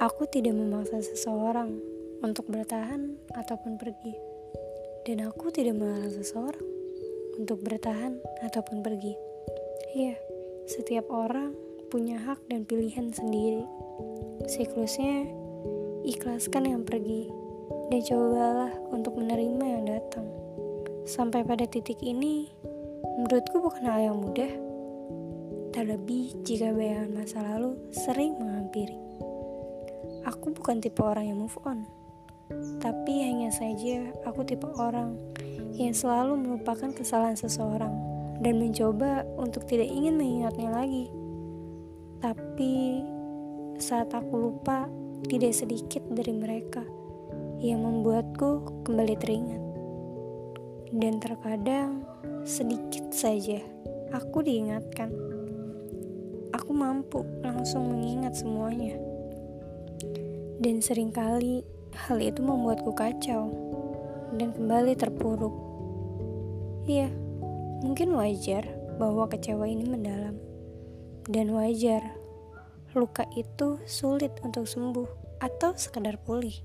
Aku tidak memaksa seseorang untuk bertahan ataupun pergi. Dan aku tidak melarang seseorang untuk bertahan ataupun pergi. Iya, setiap orang punya hak dan pilihan sendiri. Siklusnya, ikhlaskan yang pergi dan cobalah untuk menerima yang datang. Sampai pada titik ini, menurutku bukan hal yang mudah. Terlebih jika bayangan masa lalu sering menghampiri. Aku bukan tipe orang yang move on, tapi hanya saja aku tipe orang yang selalu melupakan kesalahan seseorang dan mencoba untuk tidak ingin mengingatnya lagi. Tapi saat aku lupa, tidak sedikit dari mereka yang membuatku kembali teringat. Dan terkadang sedikit saja aku diingatkan. Aku mampu langsung mengingat semuanya. Dan seringkali hal itu membuatku kacau dan kembali terpuruk. Iya, mungkin wajar bahwa kecewa ini mendalam. Dan wajar luka itu sulit untuk sembuh atau sekedar pulih.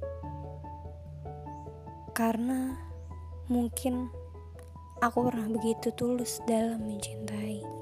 Karena mungkin aku pernah begitu tulus dalam mencintai.